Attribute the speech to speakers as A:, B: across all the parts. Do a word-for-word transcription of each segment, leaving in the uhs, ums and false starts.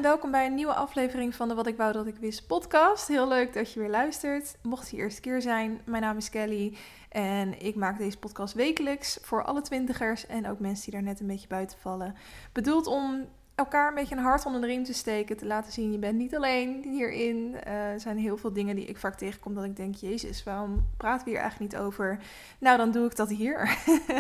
A: en welkom bij een nieuwe aflevering van de Wat ik wou dat ik wist podcast. Heel leuk dat je weer luistert. Mocht het je eerste keer zijn, mijn naam is Kelly en ik maak deze podcast wekelijks voor alle twintigers en ook mensen die daar net een beetje buiten vallen. Bedoeld om elkaar een beetje een hart onder de riem te steken, te laten zien, je bent niet alleen hierin. Uh, er zijn heel veel dingen die ik vaak tegenkom dat ik denk, jezus, waarom praten we hier eigenlijk niet over? Nou, dan doe ik dat hier.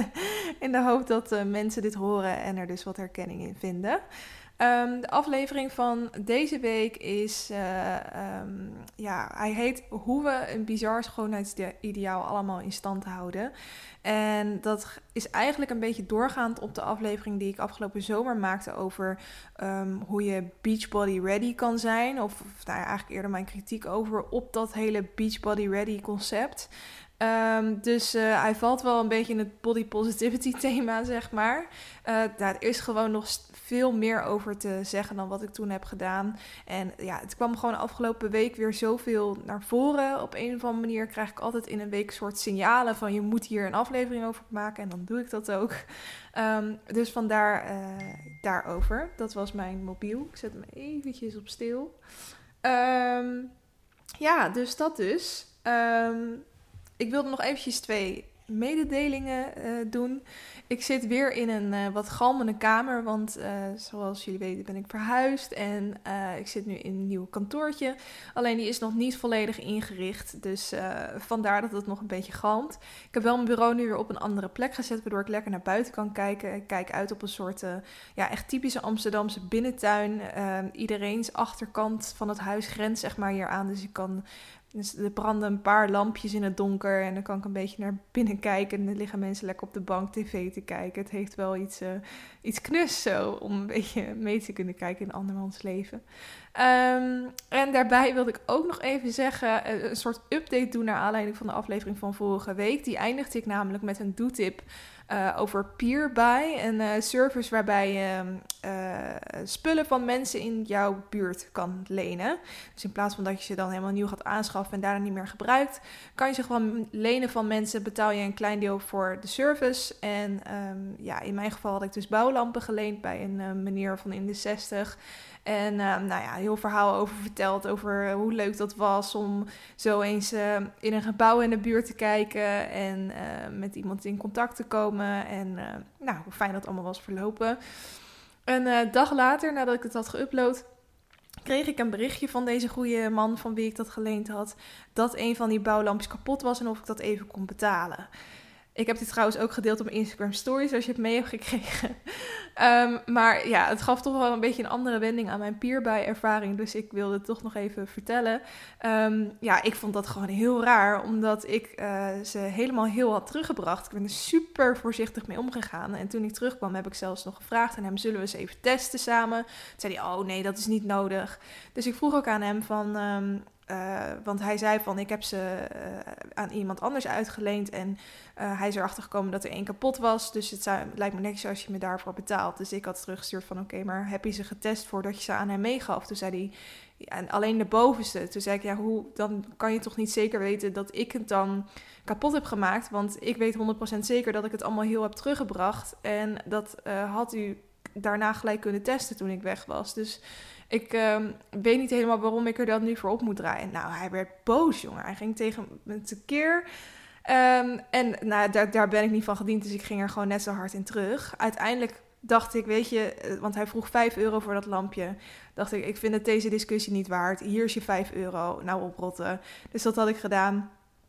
A: In de hoop dat uh, mensen dit horen en er dus wat herkenning in vinden. Um, de aflevering van deze week is, uh, um, ja, hij heet Hoe we een bizar schoonheidsideaal allemaal in stand houden. En dat is eigenlijk een beetje doorgaand op de aflevering die ik afgelopen zomer maakte over um, hoe je beachbody ready kan zijn. Of, of nou ja, eigenlijk eerder mijn kritiek over op dat hele beachbody ready concept. Um, dus uh, hij valt wel een beetje in het body positivity thema, zeg maar. Uh, daar is gewoon nog veel meer over te zeggen dan wat ik toen heb gedaan. En ja, het kwam gewoon afgelopen week weer zoveel naar voren. Op een of andere manier krijg ik altijd in een week soort signalen van je moet hier een aflevering over maken. En dan doe ik dat ook. Um, dus vandaar uh, daarover. Dat was mijn mobiel. Ik zet hem eventjes op stil. Um, ja, dus dat dus. Um, Ik wilde nog eventjes twee mededelingen uh, doen. Ik zit weer in een uh, wat galmende kamer, want uh, zoals jullie weten ben ik verhuisd en uh, ik zit nu in een nieuw kantoortje. Alleen die is nog niet volledig ingericht, dus uh, vandaar dat het nog een beetje galmt. Ik heb wel mijn bureau nu weer op een andere plek gezet, waardoor ik lekker naar buiten kan kijken. Ik kijk uit op een soort, uh, ja, echt typische Amsterdamse binnentuin. Uh, iedereen's achterkant van het huis grenst zeg maar hier aan, dus ik kan... Dus er branden een paar lampjes in het donker en dan kan ik een beetje naar binnen kijken. En dan liggen mensen lekker op de bank tv te kijken. Het heeft wel iets, uh, iets knus zo om een beetje mee te kunnen kijken in andermans leven. Um, en daarbij wilde ik ook nog even zeggen, een soort update doen naar aanleiding van de aflevering van vorige week. Die eindigde ik namelijk met een doetip uh, over Peerbuy. Een uh, service waarbij je uh, spullen van mensen in jouw buurt kan lenen. Dus in plaats van dat je ze dan helemaal nieuw gaat aanschaffen en daarna niet meer gebruikt, kan je ze gewoon lenen van mensen, betaal je een klein deel voor de service. En um, ja, in mijn geval had ik dus bouwlampen geleend bij een uh, meneer van in de zestig. En uh, nou ja, heel verhaal over verteld, over hoe leuk dat was om zo eens uh, in een gebouw in de buurt te kijken en uh, met iemand in contact te komen. En uh, nou, hoe fijn dat allemaal was verlopen. Een uh, dag later, nadat ik het had geüpload, kreeg ik een berichtje van deze goede man van wie ik dat geleend had, dat een van die bouwlampjes kapot was en of ik dat even kon betalen. Ik heb dit trouwens ook gedeeld op mijn Instagram stories, als je het mee hebt gekregen. Um, maar ja, het gaf toch wel een beetje een andere wending aan mijn Peerbuy ervaring. Dus ik wilde het toch nog even vertellen. Um, ja, ik vond dat gewoon heel raar, omdat ik uh, ze helemaal heel had teruggebracht. Ik ben er super voorzichtig mee omgegaan. En toen ik terugkwam heb ik zelfs nog gevraagd aan hem, zullen we eens even testen samen? Toen zei hij, oh nee, dat is niet nodig. Dus ik vroeg ook aan hem van... Um, Uh, want hij zei van, ik heb ze uh, aan iemand anders uitgeleend en uh, hij is erachter gekomen dat er één kapot was. Dus het, zou, het lijkt me netjes als je me daarvoor betaalt. Dus ik had teruggestuurd van, oké, okay, maar heb je ze getest voordat je ze aan hem meegaf? Toen zei hij, ja, alleen de bovenste. Toen zei ik, ja, hoe, dan kan je toch niet zeker weten dat ik het dan kapot heb gemaakt? Want ik weet honderd procent zeker dat ik het allemaal heel heb teruggebracht. En dat uh, had u daarna gelijk kunnen testen toen ik weg was. Dus... Ik uh, weet niet helemaal waarom ik er dan nu voor op moet draaien. Nou, hij werd boos, jongen. Hij ging tegen me tekeer. Um, en nou, daar, daar ben ik niet van gediend, dus ik ging er gewoon net zo hard in terug. Uiteindelijk dacht ik, weet je, want hij vroeg vijf euro voor dat lampje. Dacht ik, ik vind het deze discussie niet waard. Hier is je vijf euro, nou oprotten. Dus dat had ik gedaan.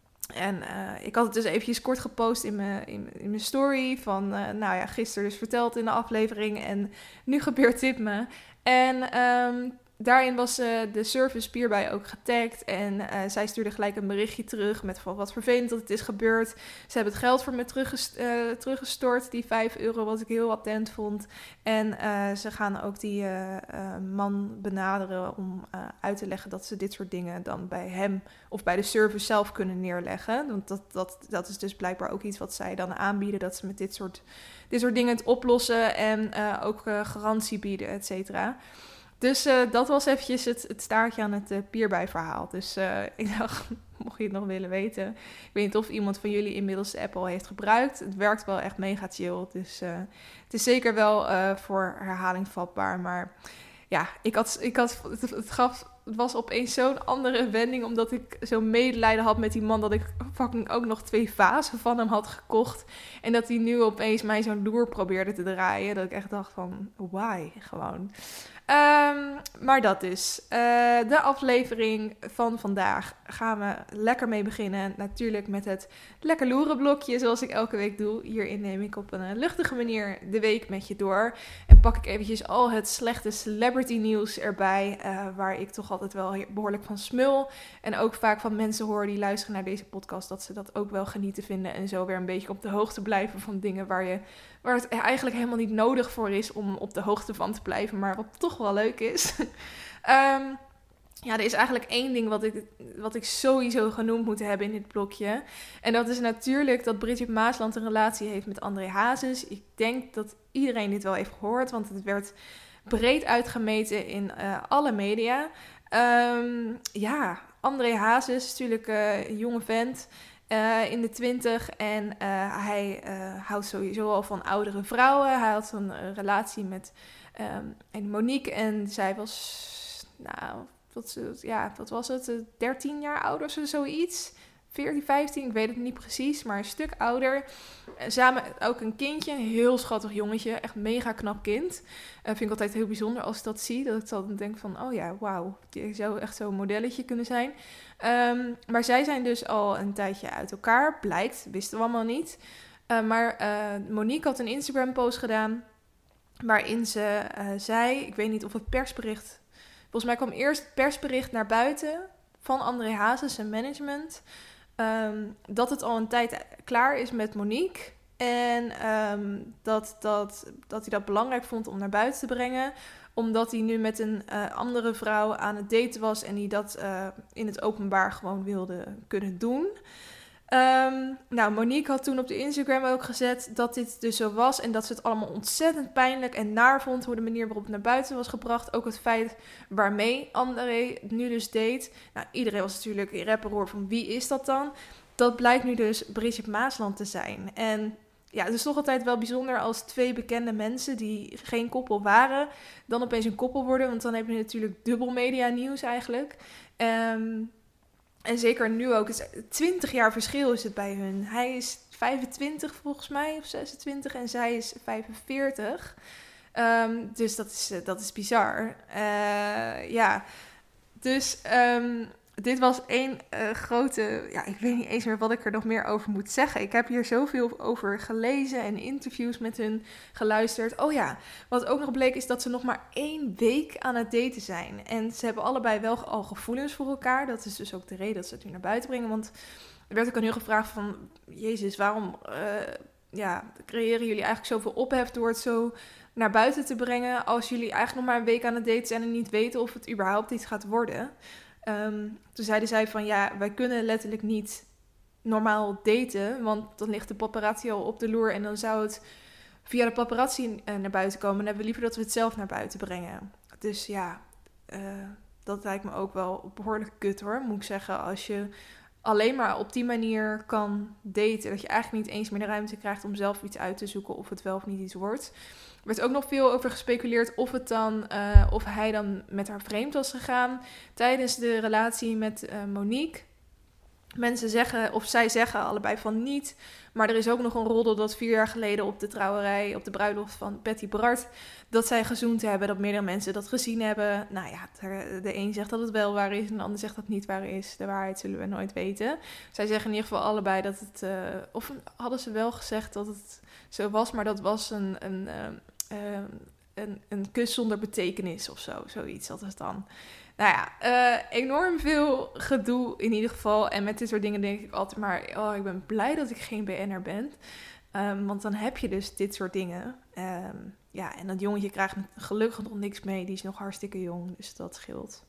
A: En uh, ik had het dus eventjes kort gepost in mijn, in, in mijn story van, uh, nou ja, gisteren dus verteld in de aflevering en nu gebeurt dit me. En um, daarin was uh, de service Peerbuy ook getagd en uh, zij stuurde gelijk een berichtje terug met van wat vervelend dat het is gebeurd. Ze hebben het geld voor me teruggest- uh, teruggestort, die vijf euro, wat ik heel attent vond. En uh, ze gaan ook die uh, uh, man benaderen om uh, uit te leggen dat ze dit soort dingen dan bij hem of bij de service zelf kunnen neerleggen. Want dat, dat, dat is dus blijkbaar ook iets wat zij dan aanbieden, dat ze met dit soort, dit soort dingen het oplossen en uh, ook uh, garantie bieden, et cetera. Dus uh, dat was eventjes het, het staartje aan het uh, Peerbuy verhaal. Dus uh, ik dacht, mocht je het nog willen weten. Ik weet niet of iemand van jullie inmiddels de app al heeft gebruikt. Het werkt wel echt mega chill. Dus uh, het is zeker wel uh, voor herhaling vatbaar. Maar ja, ik had, ik had, het, het gaf, het was opeens zo'n andere wending, omdat ik zo'n medelijden had met die man, dat ik fucking ook nog twee vazen van hem had gekocht. En dat hij nu opeens mij zo'n loer probeerde te draaien. Dat ik echt dacht van, why? Gewoon. Um, maar dat dus. Uh, de aflevering van vandaag gaan we lekker mee beginnen. Natuurlijk met het lekker loeren blokje, zoals ik elke week doe. Hierin neem ik op een luchtige manier de week met je door. En pak ik eventjes al het slechte celebrity nieuws erbij, uh, waar ik toch altijd wel behoorlijk van smul. En ook vaak van mensen hoor die luisteren naar deze podcast, dat ze dat ook wel genieten vinden. En zo weer een beetje op de hoogte blijven van dingen waar je... waar het eigenlijk helemaal niet nodig voor is om op de hoogte van te blijven, maar wat toch wel leuk is. um, ja, er is eigenlijk één ding wat ik, wat ik sowieso genoemd moet hebben in dit blokje. En dat is natuurlijk dat Bridget Maasland een relatie heeft met André Hazes. Ik denk dat iedereen dit wel heeft gehoord, want het werd breed uitgemeten in uh, alle media. Um, ja, André Hazes is natuurlijk uh, een jonge vent. Uh, in de twintig en uh, hij uh, houdt sowieso al van oudere vrouwen. Hij had een uh, relatie met um, en Monique en zij was, nou, wat, ja, wat was het, dertien jaar ouder of zoiets. veertien, vijftien, ik weet het niet precies, maar een stuk ouder. Samen ook een kindje, een heel schattig jongetje, echt mega knap kind. Uh, vind ik altijd heel bijzonder als ik dat zie, dat ik dan denk van, oh ja, wauw, die zou echt zo'n modelletje kunnen zijn. Um, maar zij zijn dus al een tijdje uit elkaar, blijkt, wisten we allemaal niet. Uh, maar uh, Monique had een Instagram post gedaan, waarin ze uh, zei, ik weet niet of het persbericht, volgens mij kwam eerst het persbericht naar buiten van André Hazes, zijn management, Um, dat het al een tijd klaar is met Monique. En um, dat, dat, dat hij dat belangrijk vond om naar buiten te brengen. Omdat hij nu met een uh, andere vrouw aan het daten was. En hij dat uh, in het openbaar gewoon wilde kunnen doen. Um, nou, Monique had toen op de Instagram ook gezet dat dit dus zo was. En dat ze het allemaal ontzettend pijnlijk en naar vond. Hoe de manier waarop het naar buiten was gebracht. Ook het feit waarmee André het nu dus deed. Nou, iedereen was natuurlijk in rapperoer van wie is dat dan? Dat blijkt nu dus Bridget Maasland te zijn. En ja, het is toch altijd wel bijzonder als twee bekende mensen die geen koppel waren, dan opeens een koppel worden. Want dan heb je natuurlijk dubbel media nieuws eigenlijk. Um, En zeker nu ook, twintig jaar verschil is het bij hun. Hij is vijfentwintig volgens mij, of zesentwintig, en zij is vijfenveertig. Um, dus dat is, dat is bizar. Uh, ja, dus um, dit was één uh, grote... Ja, ik weet niet eens meer wat ik er nog meer over moet zeggen. Ik heb hier zoveel over gelezen en interviews met hun geluisterd. Oh ja, wat ook nog bleek is dat ze nog maar één week aan het daten zijn. En ze hebben allebei wel al gevoelens voor elkaar. Dat is dus ook de reden dat ze het nu naar buiten brengen. Want er werd ook aan hun gevraagd van... Jezus, waarom uh, ja, creëren jullie eigenlijk zoveel ophef door het zo naar buiten te brengen... als jullie eigenlijk nog maar een week aan het daten zijn en niet weten of het überhaupt iets gaat worden... Um, toen zeiden zij van ja, wij kunnen letterlijk niet normaal daten, want dan ligt de paparazzi al op de loer en dan zou het via de paparazzi uh, naar buiten komen. Dan hebben we liever dat we het zelf naar buiten brengen. Dus ja, uh, dat lijkt me ook wel behoorlijk kut hoor, moet ik zeggen. Als je alleen maar op die manier kan daten, dat je eigenlijk niet eens meer de ruimte krijgt om zelf iets uit te zoeken of het wel of niet iets wordt. Er werd ook nog veel over gespeculeerd of, het dan, uh, of hij dan met haar vreemd was gegaan tijdens de relatie met uh, Monique. Mensen zeggen, of zij zeggen allebei van niet. Maar er is ook nog een roddel dat vier jaar geleden op de trouwerij, op de bruiloft van Patty Bart, dat zij gezoend hebben, dat meerdere mensen dat gezien hebben. Nou ja, de een zegt dat het wel waar is en de ander zegt dat het niet waar is. De waarheid zullen we nooit weten. Zij zeggen in ieder geval allebei dat het, uh, of hadden ze wel gezegd dat het zo was, maar dat was een... een uh, Uh, een, een kus zonder betekenis of zo, zoiets, dat is dan. Nou ja, uh, enorm veel gedoe in ieder geval. En met dit soort dingen denk ik altijd maar, oh, ik ben blij dat ik geen B N'er ben. Um, want dan heb je dus dit soort dingen. Um, ja, en dat jongetje krijgt gelukkig nog niks mee. Die is nog hartstikke jong, dus dat scheelt.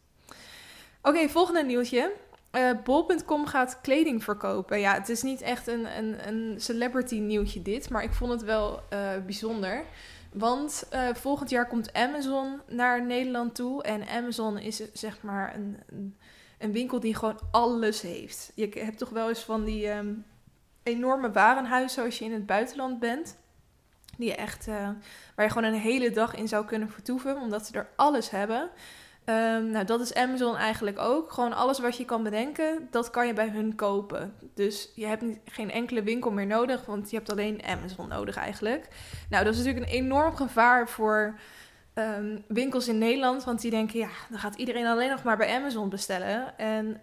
A: Oké, okay, volgende nieuwtje. Uh, bol punt com gaat kleding verkopen. Ja, het is niet echt een, een, een celebrity nieuwtje dit, maar ik vond het wel uh, bijzonder. Want uh, volgend jaar komt Amazon naar Nederland toe. En Amazon is zeg maar een, een, een winkel die gewoon alles heeft. Je hebt toch wel eens van die um, enorme warenhuizen als je in het buitenland bent. Die je echt, uh, waar je gewoon een hele dag in zou kunnen vertoeven, omdat ze er alles hebben. Um, nou, dat is Amazon eigenlijk ook. Gewoon alles wat je kan bedenken, dat kan je bij hun kopen. Dus je hebt niet, geen enkele winkel meer nodig, want je hebt alleen Amazon nodig eigenlijk. Nou, dat is natuurlijk een enorm gevaar voor um, winkels in Nederland, want die denken, ja, dan gaat iedereen alleen nog maar bij Amazon bestellen. En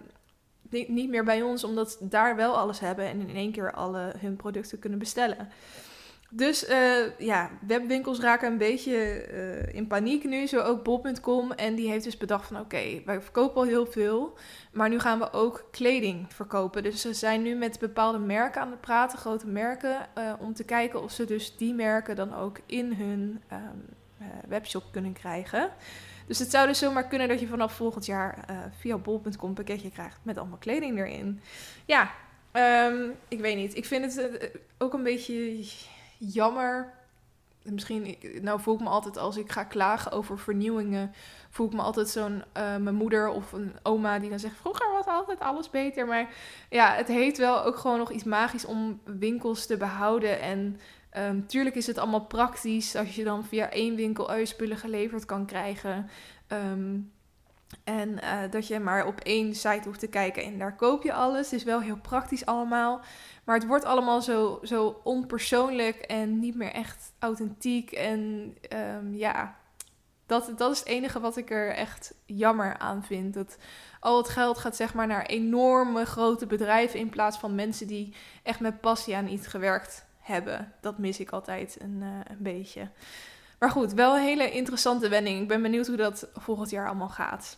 A: uh, niet meer bij ons, omdat ze daar wel alles hebben en in één keer alle hun producten kunnen bestellen. Dus uh, ja, webwinkels raken een beetje uh, in paniek nu, zo ook bol punt com. En die heeft dus bedacht van oké, okay, wij verkopen al heel veel, maar nu gaan we ook kleding verkopen. Dus ze zijn nu met bepaalde merken aan het praten, grote merken, uh, om te kijken of ze dus die merken dan ook in hun um, uh, webshop kunnen krijgen. Dus het zou dus zomaar kunnen dat je vanaf volgend jaar uh, via bol punt com een pakketje krijgt met allemaal kleding erin. Ja, um, ik weet niet. Ik vind het uh, ook een beetje jammer. Misschien, nou voel ik me altijd als ik ga klagen over vernieuwingen, voel ik me altijd zo'n, uh, mijn moeder of een oma die dan zegt, vroeger was altijd alles beter. Maar ja, het heeft wel ook gewoon nog iets magisch om winkels te behouden. En um, tuurlijk is het allemaal praktisch als je dan via één winkel al je spullen geleverd kan krijgen. Um, en uh, dat je maar op één site hoeft te kijken en daar koop je alles. Het is wel heel praktisch allemaal. Maar het wordt allemaal zo, zo onpersoonlijk en niet meer echt authentiek. En um, ja, dat, dat is het enige wat ik er echt jammer aan vind. Dat al het geld gaat zeg maar naar enorme grote bedrijven in plaats van mensen die echt met passie aan iets gewerkt hebben. Dat mis ik altijd een, uh, een beetje. Maar goed, wel een hele interessante wending. Ik ben benieuwd hoe dat volgend jaar allemaal gaat.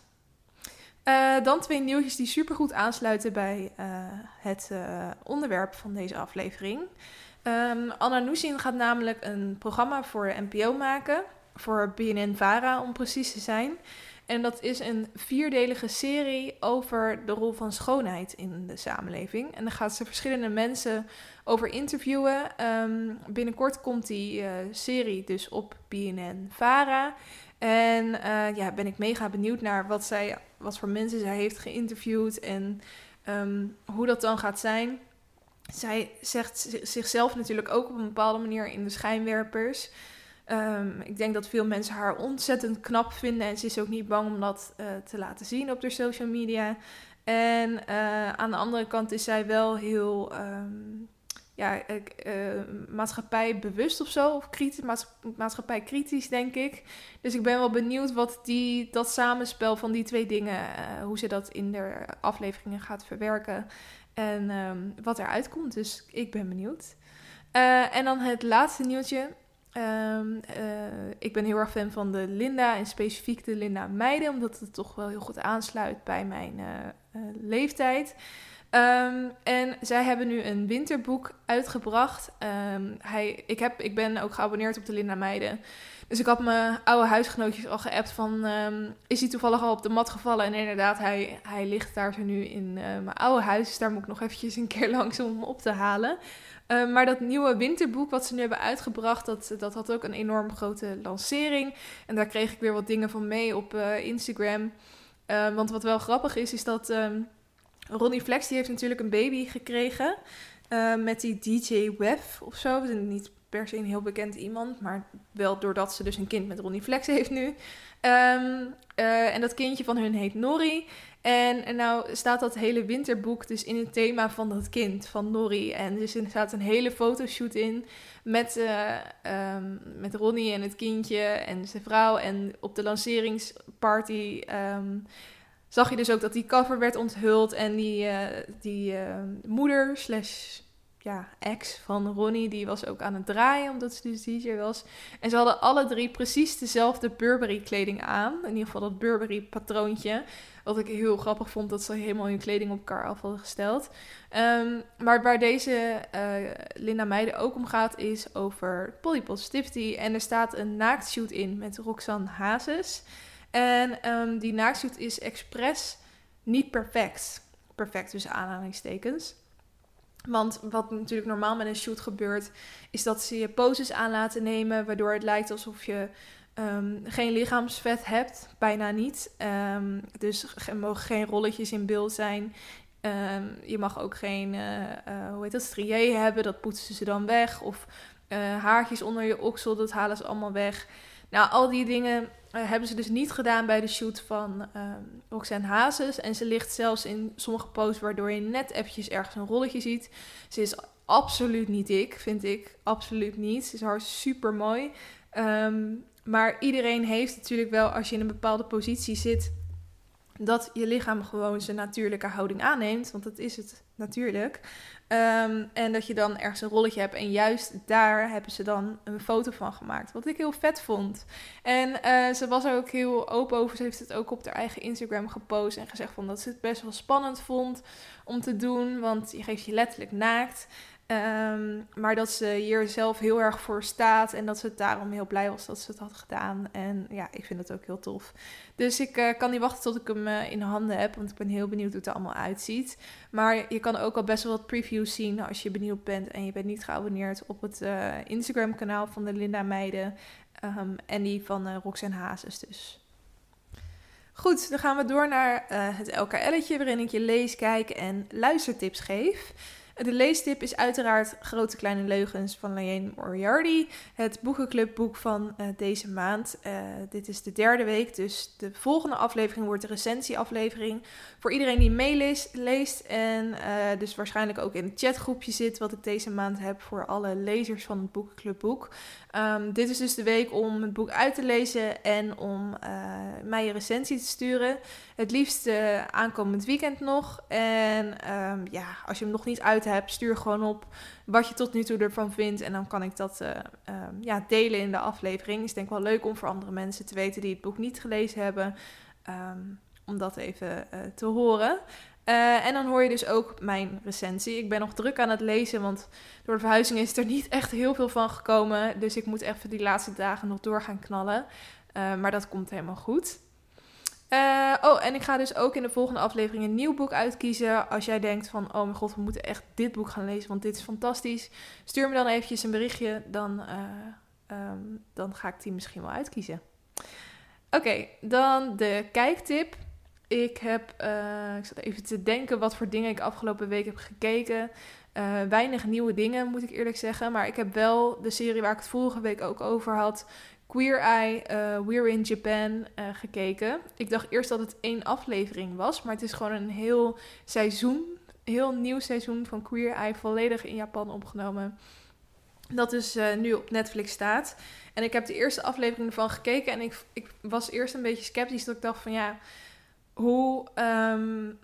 A: Uh, dan twee nieuwtjes die supergoed aansluiten bij uh, het uh, onderwerp van deze aflevering. Um, Anna Nussin gaat namelijk een programma voor de N P O maken. Voor B N N-Vara om precies te zijn. En dat is een vierdelige serie over de rol van schoonheid in de samenleving. En daar gaat ze verschillende mensen over interviewen. Um, binnenkort komt die uh, serie dus op B N N-Vara. En uh, ja, ben ik mega benieuwd naar wat, zij, wat voor mensen zij heeft geïnterviewd en um, hoe dat dan gaat zijn. Zij zegt zichzelf natuurlijk ook op een bepaalde manier in de schijnwerpers. Um, ik denk dat veel mensen haar ontzettend knap vinden en ze is ook niet bang om dat uh, te laten zien op haar social media. En uh, aan de andere kant is zij wel heel um, ja, uh, maatschappijbewust of zo, of kritisch, maatschappijkritisch denk ik. Dus ik ben wel benieuwd wat die, dat samenspel van die twee dingen, uh, hoe ze dat in de afleveringen gaat verwerken en um, wat eruit komt. Dus ik ben benieuwd. Uh, en dan het laatste nieuwtje. Um, uh, ik ben heel erg fan van de Linda en specifiek de Linda Meijden, omdat het toch wel heel goed aansluit bij mijn uh, uh, leeftijd. Um, en zij hebben nu een winterboek uitgebracht. Um, hij, ik, heb, ik ben ook geabonneerd op de Linda Meijden. Dus ik had mijn oude huisgenootjes al geappt van, um, is hij toevallig al op de mat gevallen? En inderdaad, hij, hij ligt daar zo nu in uh, mijn oude huis. Dus daar moet ik nog eventjes een keer langs om hem op te halen. Uh, maar dat nieuwe winterboek wat ze nu hebben uitgebracht, dat, dat had ook een enorm grote lancering. En daar kreeg ik weer wat dingen van mee op uh, Instagram. Uh, want wat wel grappig is, is dat um, Ronnie Flex, die heeft natuurlijk een baby gekregen. Uh, met die D J Wef of zo. Dat is niet per se een heel bekend iemand, maar wel doordat ze dus een kind met Ronnie Flex heeft nu. Um, uh, en dat kindje van hun heet Norrie. En, en nou staat dat hele winterboek dus in het thema van dat kind, van Norrie. En dus er staat een hele fotoshoot in met, uh, um, met Ronnie en het kindje en zijn vrouw. En op de lanceringsparty um, zag je dus ook dat die cover werd onthuld. En die, uh, die uh, moeder slash ja, ex van Ronnie, die was ook aan het draaien, omdat ze dus D J was. En ze hadden alle drie precies dezelfde Burberry kleding aan. In ieder geval dat Burberry patroontje. Wat ik heel grappig vond, dat ze helemaal hun kleding op elkaar af hadden gesteld. Um, maar waar deze uh, Linda Meijden ook om gaat, is over body positivity. En er staat een naaktshoot in met Roxanne Hazes. En um, die naaktshoot is expres niet perfect. Perfect tussen aanhalingstekens. Want wat natuurlijk normaal met een shoot gebeurt, is dat ze je poses aan laten nemen, waardoor het lijkt alsof je um, geen lichaamsvet hebt, bijna niet. Um, dus er mogen geen rolletjes in beeld zijn. Um, je mag ook geen, uh, uh, hoe heet dat, strié hebben, dat poetsen ze dan weg. Of Uh, haartjes onder je oksel, dat halen ze allemaal weg. Nou, al die dingen uh, hebben ze dus niet gedaan bij de shoot van uh, Roxanne Hazes. En ze ligt zelfs in sommige posts waardoor je net eventjes ergens een rolletje ziet. Ze is absoluut niet dik, vind ik. Absoluut niet. Ze is hartstikke super mooi. Um, maar iedereen heeft natuurlijk wel, als je in een bepaalde positie zit, dat je lichaam gewoon zijn natuurlijke houding aanneemt. Want dat is het natuurlijk. Um, en dat je dan ergens een rolletje hebt. En juist daar hebben ze dan een foto van gemaakt. Wat ik heel vet vond. En uh, ze was er ook heel open over. Ze heeft het ook op haar eigen Instagram gepost. En gezegd van dat ze het best wel spannend vond om te doen. Want je geeft je letterlijk naakt. Um, maar dat ze hier zelf heel erg voor staat. En dat ze daarom heel blij was dat ze het had gedaan. En ja, ik vind het ook heel tof. Dus ik uh, kan niet wachten tot ik hem uh, in handen heb. Want ik ben heel benieuwd hoe het er allemaal uitziet. Maar je kan ook al best wel wat previews zien als je benieuwd bent. En je bent niet geabonneerd op het uh, Instagram kanaal van de Linda Meijden. Um, en die van uh, Roxanne Hazes dus. Goed, dan gaan we door naar uh, het L K L'tje. Waarin ik je lees, kijk en luistertips geef. De leestip is uiteraard Grote Kleine Leugens van Liane Moriarty. Het boekenclubboek van uh, deze maand. Uh, dit is de derde week, dus de volgende aflevering wordt de recensieaflevering. Voor iedereen die meeleest leest en uh, dus waarschijnlijk ook in het chatgroepje zit, wat ik deze maand heb voor alle lezers van het boekenclubboek. Um, dit is dus de week om het boek uit te lezen en om uh, mij een recensie te sturen. Het liefst uh, aankomend weekend nog. En um, ja, als je hem nog niet uit hebt, stuur gewoon op wat je tot nu toe ervan vindt. En dan kan ik dat uh, um, ja, delen in de aflevering. Is denk ik wel leuk om voor andere mensen te weten die het boek niet gelezen hebben. Um, om dat even uh, te horen. Uh, en dan hoor je dus ook mijn recensie. Ik ben nog druk aan het lezen, want door de verhuizing is er niet echt heel veel van gekomen. Dus ik moet even die laatste dagen nog door gaan knallen. Uh, maar dat komt helemaal goed. Uh, oh, en ik ga dus ook in de volgende aflevering een nieuw boek uitkiezen. Als jij denkt van, oh mijn god, we moeten echt dit boek gaan lezen, want dit is fantastisch. Stuur me dan eventjes een berichtje, dan, uh, um, dan ga ik die misschien wel uitkiezen. Oké, okay, dan de kijktip. Ik heb, uh, ik zat even te denken wat voor dingen ik afgelopen week heb gekeken. Uh, weinig nieuwe dingen, moet ik eerlijk zeggen. Maar ik heb wel de serie waar ik het vorige week ook over had, Queer Eye, uh, We're in Japan, uh, gekeken. Ik dacht eerst dat het één aflevering was, maar het is gewoon een heel seizoen, heel nieuw seizoen van Queer Eye, volledig in Japan opgenomen. Dat dus uh, nu op Netflix staat. En ik heb de eerste aflevering ervan gekeken en ik, ik was eerst een beetje sceptisch, dat ik dacht van ja, hoe um,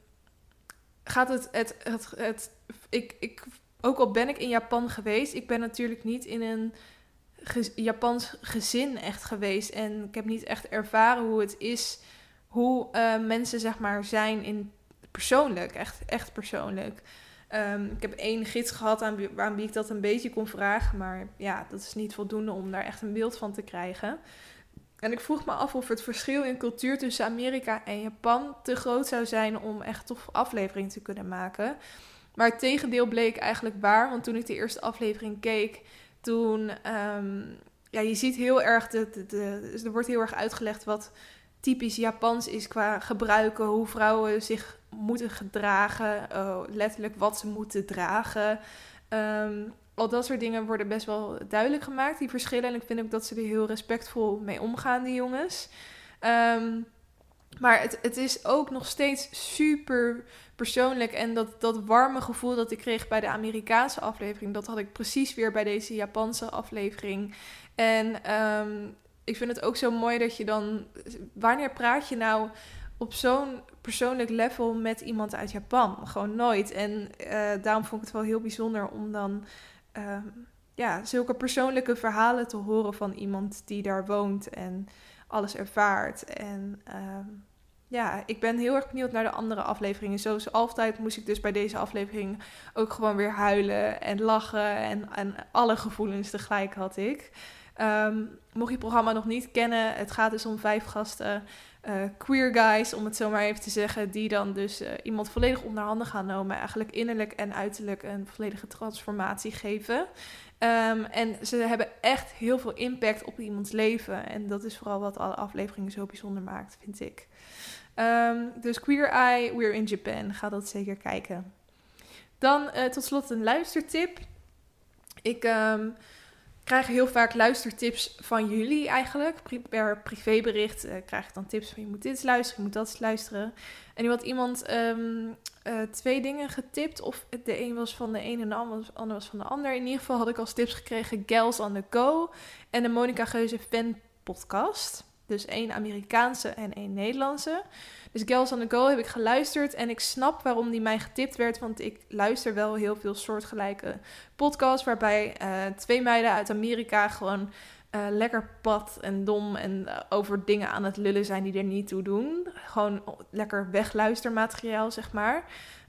A: gaat het, het, het, het ik, ik, ook al ben ik in Japan geweest, ik ben natuurlijk niet in een ge- Japans gezin echt geweest. En ik heb niet echt ervaren hoe het is, hoe uh, mensen zeg maar zijn in persoonlijk, echt, echt persoonlijk. Um, ik heb één gids gehad aan, wie, aan wie ik dat een beetje kon vragen, maar ja, dat is niet voldoende om daar echt een beeld van te krijgen. En ik vroeg me af of het verschil in cultuur tussen Amerika en Japan te groot zou zijn om echt tof aflevering te kunnen maken. Maar het tegendeel bleek eigenlijk waar, want toen ik de eerste aflevering keek, toen, um, ja, je ziet heel erg, de, de, de, dus er wordt heel erg uitgelegd wat typisch Japans is qua gebruiken, hoe vrouwen zich moeten gedragen, uh, letterlijk wat ze moeten dragen. Um, al dat soort dingen worden best wel duidelijk gemaakt, die verschillen. En ik vind ook dat ze er heel respectvol mee omgaan, die jongens. Um, maar het, het is ook nog steeds super persoonlijk. En dat, dat warme gevoel dat ik kreeg bij de Amerikaanse aflevering, dat had ik precies weer bij deze Japanse aflevering. En um, ik vind het ook zo mooi dat je dan, wanneer praat je nou op zo'n persoonlijk level met iemand uit Japan? Gewoon nooit. En uh, daarom vond ik het wel heel bijzonder om dan uh, ja, zulke persoonlijke verhalen te horen van iemand die daar woont en alles ervaart. En uh, ja, ik ben heel erg benieuwd naar de andere afleveringen. Zoals altijd moest ik dus bij deze aflevering ook gewoon weer huilen en lachen. En, en alle gevoelens tegelijk had ik. Um, mocht je het programma nog niet kennen, het gaat dus om vijf gasten, uh, queer guys, om het zo maar even te zeggen, die dan dus uh, iemand volledig onder handen gaan nemen, eigenlijk innerlijk en uiterlijk een volledige transformatie geven. Um, en ze hebben echt heel veel impact op iemands leven. En dat is vooral wat alle afleveringen zo bijzonder maakt, vind ik. Um, dus Queer Eye, We're in Japan. Ga dat zeker kijken. Dan uh, tot slot een luistertip. Ik um, krijg heel vaak luistertips van jullie eigenlijk. Per privébericht uh, krijg ik dan tips van je moet dit eens luisteren, je moet dat eens luisteren. En nu had iemand um, uh, twee dingen getipt. Of de een was van de een en de ander was van de ander. In ieder geval had ik als tips gekregen Gals on the Go en de Monica Geuze Fan podcast. Dus één Amerikaanse en één Nederlandse. Dus Gals on the Go heb ik geluisterd en ik snap waarom die mij getipt werd. Want ik luister wel heel veel soortgelijke podcasts waarbij uh, twee meiden uit Amerika gewoon uh, lekker plat en dom en uh, over dingen aan het lullen zijn die er niet toe doen. Gewoon lekker wegluistermateriaal, zeg maar.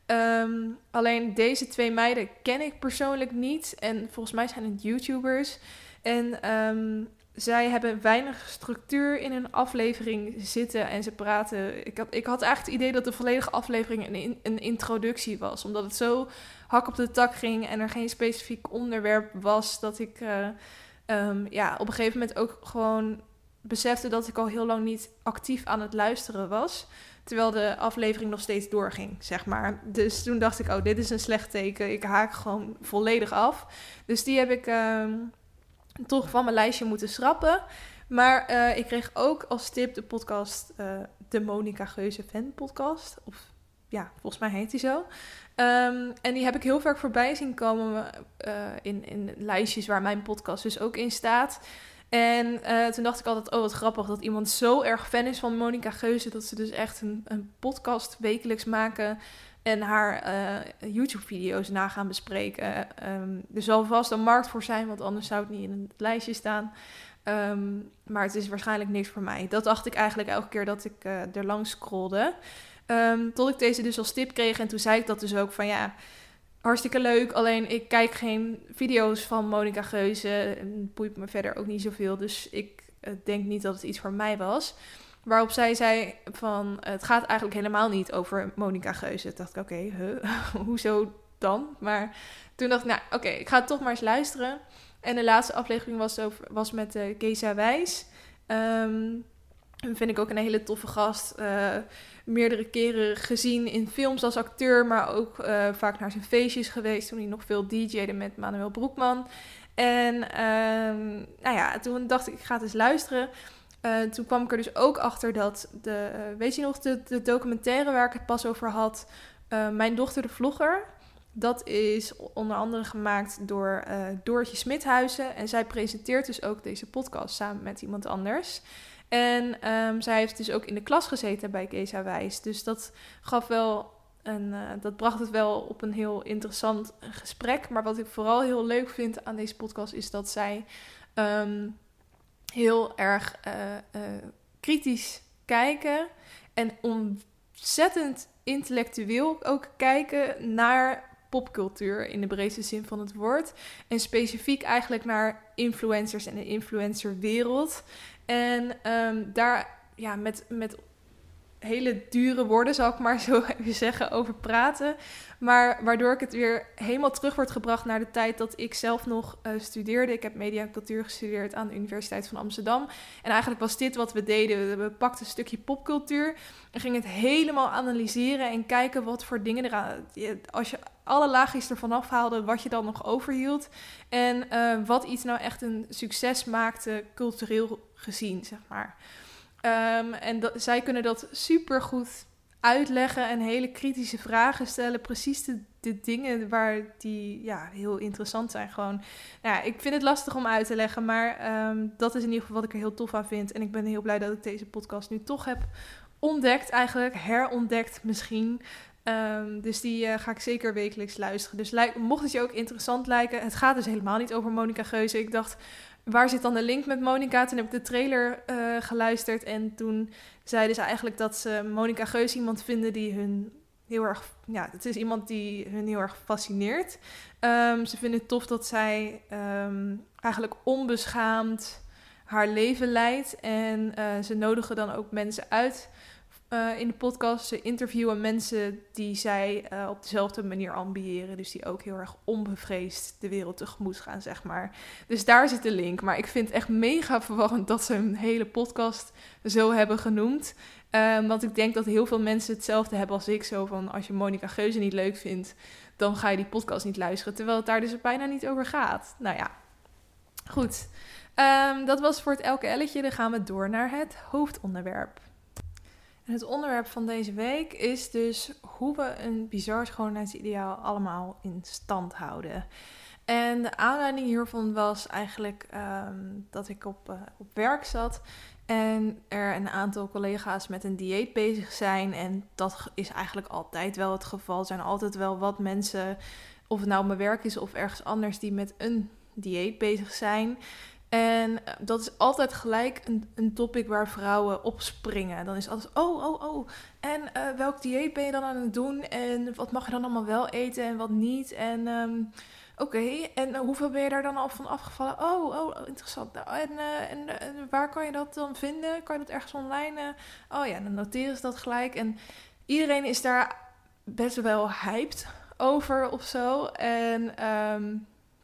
A: Um, alleen deze twee meiden ken ik persoonlijk niet en volgens mij zijn het YouTubers. En um, zij hebben weinig structuur in hun aflevering zitten en ze praten. Ik had, ik had eigenlijk het idee dat de volledige aflevering een, een introductie was. Omdat het zo hak op de tak ging en er geen specifiek onderwerp was. Dat ik uh, um, ja, op een gegeven moment ook gewoon besefte dat ik al heel lang niet actief aan het luisteren was. Terwijl de aflevering nog steeds doorging, zeg maar. Dus toen dacht ik, oh, dit is een slecht teken. Ik haak gewoon volledig af. Dus die heb ik Um, toch van mijn lijstje moeten schrappen. Maar uh, ik kreeg ook als tip de podcast, uh, de Monica Geuze Fan podcast. Of ja, volgens mij heet die zo. Um, en die heb ik heel vaak voorbij zien komen uh, in, in lijstjes waar mijn podcast dus ook in staat. En uh, toen dacht ik altijd, oh wat grappig dat iemand zo erg fan is van Monica Geuze, dat ze dus echt een, een podcast wekelijks maken en haar uh, YouTube-video's na gaan bespreken. Um, er zal vast een markt voor zijn, want anders zou het niet in het lijstje staan. Um, maar het is waarschijnlijk niks voor mij. Dat dacht ik eigenlijk elke keer dat ik uh, er langs scrollde. Um, tot ik deze dus als tip kreeg en toen zei ik dat dus ook van ja, hartstikke leuk. Alleen ik kijk geen video's van Monica Geuze en boeit me verder ook niet zoveel. Dus ik uh, denk niet dat het iets voor mij was. Waarop zij zei van, het gaat eigenlijk helemaal niet over Monica Geuze. Toen dacht ik, oké, okay, huh, hoezo dan? Maar toen dacht ik, nou oké, okay, ik ga het toch maar eens luisteren. En de laatste aflevering was, over, was met uh, Geza Wijs. Um, vind ik ook een hele toffe gast. Uh, meerdere keren gezien in films als acteur, maar ook uh, vaak naar zijn feestjes geweest toen hij nog veel DJ'de met Manuel Broekman. En um, nou ja, toen dacht ik, ik ga het eens luisteren. Uh, toen kwam ik er dus ook achter dat, de, uh, weet je nog, de, de documentaire waar ik het pas over had, uh, Mijn dochter de vlogger. Dat is onder andere gemaakt door uh, Doortje Smithuizen. En zij presenteert dus ook deze podcast samen met iemand anders. En um, zij heeft dus ook in de klas gezeten bij Geza Wijs. Dus dat gaf wel een, uh, dat bracht het wel op een heel interessant gesprek. Maar wat ik vooral heel leuk vind aan deze podcast is dat zij Um, heel erg uh, uh, kritisch kijken en ontzettend intellectueel ook kijken naar popcultuur in de breedste zin van het woord. En specifiek eigenlijk naar influencers en de influencerwereld. En um, daar ja, met, met hele dure woorden, zal ik maar zo even zeggen, over praten. Maar waardoor ik het weer helemaal terug wordt gebracht naar de tijd dat ik zelf nog uh, studeerde. Ik heb media en cultuur gestudeerd aan de Universiteit van Amsterdam. En eigenlijk was dit wat we deden. We pakten een stukje popcultuur en gingen het helemaal analyseren en kijken wat voor dingen eraan, als je alle laagjes ervan afhaalde, wat je dan nog overhield. En uh, wat iets nou echt een succes maakte, cultureel gezien, zeg maar. Um, en dat, zij kunnen dat supergoed uitleggen en hele kritische vragen stellen. Precies de, de dingen waar die ja, heel interessant zijn. Gewoon, nou ja, ik vind het lastig om uit te leggen, maar um, dat is in ieder geval wat ik er heel tof aan vind. En ik ben heel blij dat ik deze podcast nu toch heb ontdekt eigenlijk. Herontdekt misschien. Um, dus die uh, ga ik zeker wekelijks luisteren. Dus li- mocht het je ook interessant lijken. Het gaat dus helemaal niet over Monica Geuze. Ik dacht, waar zit dan de link met Monica? Toen heb ik de trailer uh, geluisterd. En toen zeiden ze eigenlijk dat ze Monica Geuze iemand vinden die hun heel erg... Ja, het is iemand die hun heel erg fascineert. Um, ze vinden het tof dat zij um, eigenlijk onbeschaamd haar leven leidt. En uh, ze nodigen dan ook mensen uit Uh, in de podcast. Ze interviewen mensen die zij uh, op dezelfde manier ambiëren. Dus die ook heel erg onbevreesd de wereld tegemoet gaan, zeg maar. Dus daar zit de link. Maar ik vind het echt mega verwarrend dat ze een hele podcast zo hebben genoemd. Uh, want ik denk dat heel veel mensen hetzelfde hebben als ik. Zo van, als je Monica Geuze niet leuk vindt, dan ga je die podcast niet luisteren. Terwijl het daar dus bijna niet over gaat. Nou ja, Goed, um, dat was voor het elke elletje. Dan gaan we door naar het hoofdonderwerp. En het onderwerp van deze week is dus hoe we een bizar schoonheidsideaal allemaal in stand houden. En de aanleiding hiervan was eigenlijk um, dat ik op, uh, op werk zat en er een aantal collega's met een dieet bezig zijn. En dat is eigenlijk altijd wel het geval. Er zijn altijd wel wat mensen, of het nou op mijn werk is of ergens anders, die met een dieet bezig zijn. En dat is altijd gelijk een, een topic waar vrouwen op springen. Dan is het altijd, oh, oh, oh. En uh, welk dieet ben je dan aan het doen? En wat mag je dan allemaal wel eten en wat niet? En um, oké, okay. en uh, hoeveel ben je daar dan al van afgevallen? Oh, oh, interessant. Nou, en, uh, en, uh, en waar kan je dat dan vinden? Kan je dat ergens online? Uh? Oh ja, dan noteren ze dat gelijk. En iedereen is daar best wel hyped over of zo. En um,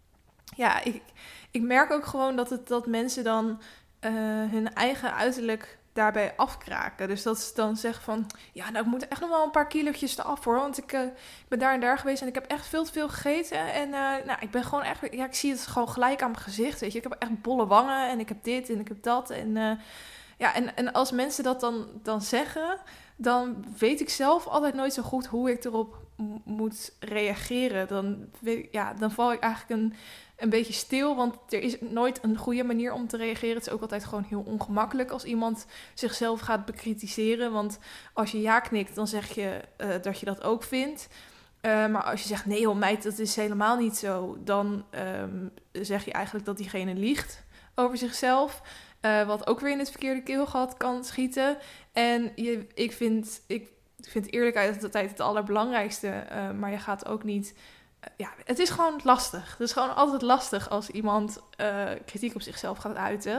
A: ja, ik... Ik merk ook gewoon dat, het, dat mensen dan uh, hun eigen uiterlijk daarbij afkraken. Dus dat ze dan zeggen van, ja, nou, ik moet echt nog wel een paar kilootjes eraf hoor. Want ik, uh, ik ben daar en daar geweest en ik heb echt veel te veel gegeten. En uh, nou, ik ben gewoon echt, ja, ik zie het gewoon gelijk aan mijn gezicht, weet je. Ik heb echt bolle wangen en ik heb dit en ik heb dat. En uh, ja, en, en als mensen dat dan, dan zeggen, dan weet ik zelf altijd nooit zo goed hoe ik erop m- moet reageren. Dan, weet, ja, dan val ik eigenlijk een... een beetje stil, want er is nooit een goede manier om te reageren. Het is ook altijd gewoon heel ongemakkelijk als iemand zichzelf gaat bekritiseren. Want als je ja knikt, dan zeg je uh, dat je dat ook vindt. Uh, maar als je zegt, nee joh meid, dat is helemaal niet zo, dan um, zeg je eigenlijk dat diegene liegt over zichzelf. Uh, wat ook weer in het verkeerde keelgat kan schieten. En je, ik, vind, ik vind eerlijkheid altijd het allerbelangrijkste. Uh, maar je gaat ook niet... Ja, het is gewoon lastig. Het is gewoon altijd lastig als iemand uh, kritiek op zichzelf gaat uiten.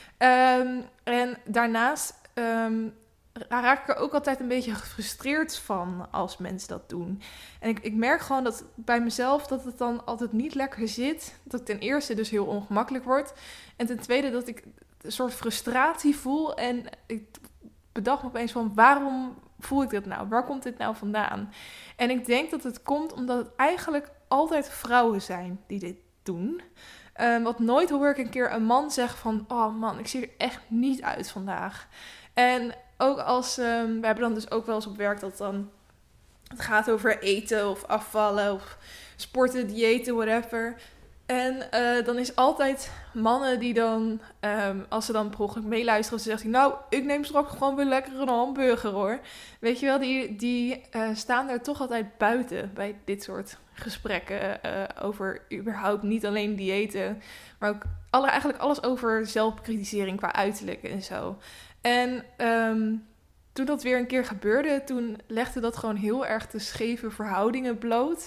A: Um, en daarnaast um, raak ik er ook altijd een beetje gefrustreerd van als mensen dat doen. En ik, ik merk gewoon dat bij mezelf dat het dan altijd niet lekker zit. Dat ik ten eerste dus heel ongemakkelijk word. En ten tweede dat ik een soort frustratie voel. En ik bedacht me opeens van waarom voel ik dit nou? Waar komt dit nou vandaan? En ik denk dat het komt omdat het eigenlijk altijd vrouwen zijn die dit doen. Um, wat nooit hoor ik een keer een man zeggen van... oh man, ik zie er echt niet uit vandaag. En ook als... Um, we hebben dan dus ook wel eens op werk dat dan... het gaat over eten of afvallen of sporten, diëten, whatever... En uh, dan is altijd mannen die dan, um, als ze dan per ongeluk meeluisteren, ze zeggen, nou, ik neem straks gewoon weer lekker een hamburger hoor. Weet je wel, die, die uh, staan daar toch altijd buiten bij dit soort gesprekken uh, over überhaupt niet alleen diëten, maar ook alle, eigenlijk alles over zelfbekritisering qua uiterlijk en zo. En um, toen dat weer een keer gebeurde, toen legde dat gewoon heel erg de scheve verhoudingen bloot.